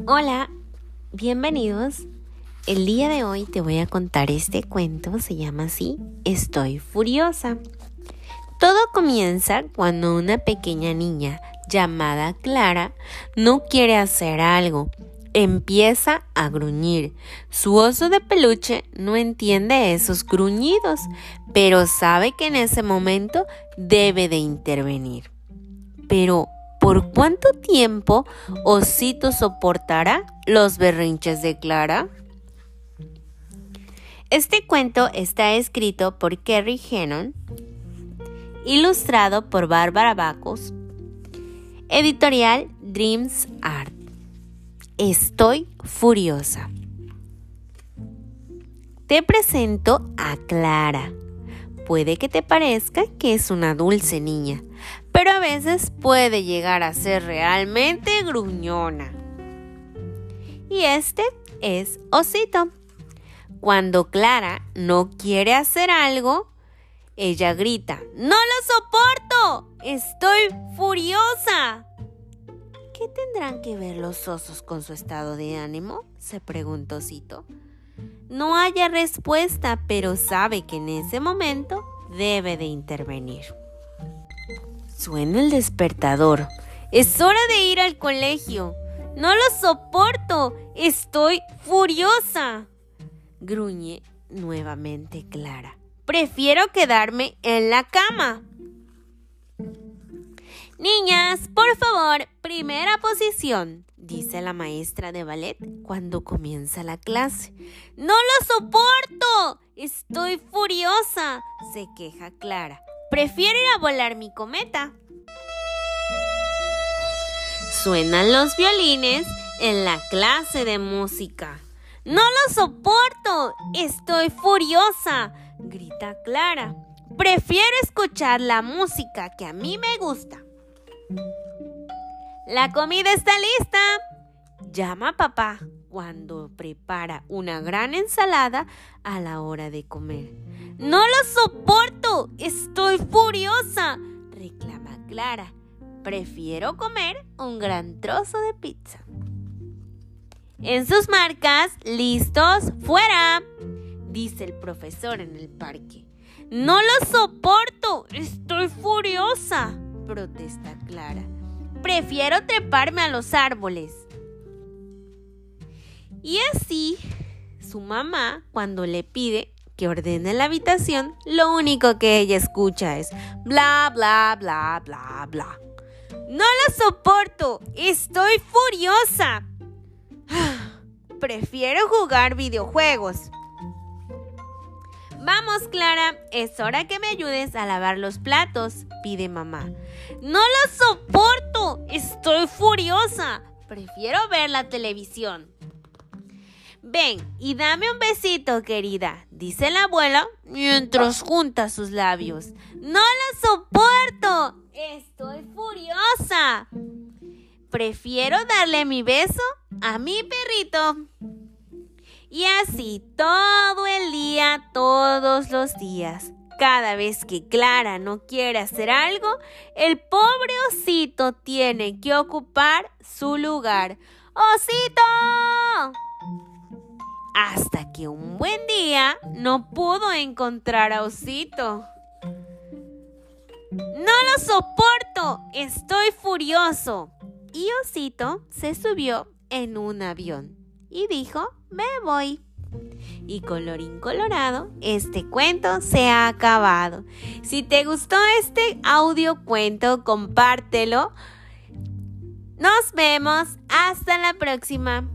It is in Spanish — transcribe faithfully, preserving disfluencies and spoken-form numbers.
Hola, bienvenidos. El día de hoy te voy a contar este cuento, se llama así, Estoy furiosa. Todo comienza cuando una pequeña niña llamada Clara no quiere hacer algo. Empieza a gruñir. Su oso de peluche no entiende esos gruñidos, pero sabe que en ese momento debe de intervenir. Pero ¿por cuánto tiempo Osito soportará los berrinches de Clara? Este cuento está escrito por Kerry Hennon, ilustrado por Bárbara Bacos, editorial Dreams Art. Estoy furiosa. Te presento a Clara. Puede que te parezca que es una dulce niña, pero a veces puede llegar a ser realmente gruñona. Y este es Osito. Cuando Clara no quiere hacer algo, ella grita: ¡No lo soporto! ¡Estoy furiosa! ¿Qué tendrán que ver los osos con su estado de ánimo?, se preguntó Osito. No haya respuesta, pero sabe que en ese momento debe de intervenir. Suena el despertador. Es hora de ir al colegio. No lo soporto. Estoy furiosa. Gruñe nuevamente Clara. Prefiero quedarme en la cama. Niñas, por favor, primera posición, dice la maestra de ballet cuando comienza la clase. ¡No lo soporto! ¡Estoy furiosa!, se queja Clara. Prefiero ir a volar mi cometa. Suenan los violines en la clase de música. ¡No lo soporto! ¡Estoy furiosa!, grita Clara. Prefiero escuchar la música que a mí me gusta. La comida está lista, llama papá cuando prepara una gran ensalada a la hora de comer. ¡No lo soporto! ¡Estoy furiosa!, reclama Clara. Prefiero comer un gran trozo de pizza. En sus marcas, listos, fuera, dice el profesor en el parque. ¡No lo soporto! ¡Estoy furiosa!, protesta Clara. Prefiero treparme a los árboles. Y así, su mamá, cuando le pide que ordene la habitación, lo único que ella escucha es bla, bla, bla, bla, bla. ¡No lo soporto! ¡Estoy furiosa! Prefiero jugar videojuegos. Vamos, Clara, es hora que me ayudes a lavar los platos, pide mamá. ¡No lo soporto! ¡Estoy furiosa! Prefiero ver la televisión. Ven y dame un besito, querida, dice la abuela mientras junta sus labios. ¡No lo soporto! ¡Estoy furiosa! Prefiero darle mi beso a mi perrito. Y así todo el día, todos los días. Cada vez que Clara no quiere hacer algo, el pobre osito tiene que ocupar su lugar. ¡Osito! Hasta que un buen día no pudo encontrar a Osito. ¡No lo soporto! ¡Estoy furioso! Y Osito se subió en un avión y dijo: me voy. Y colorín colorado, este cuento se ha acabado. Si te gustó este audio cuento, compártelo. Nos vemos. Hasta la próxima.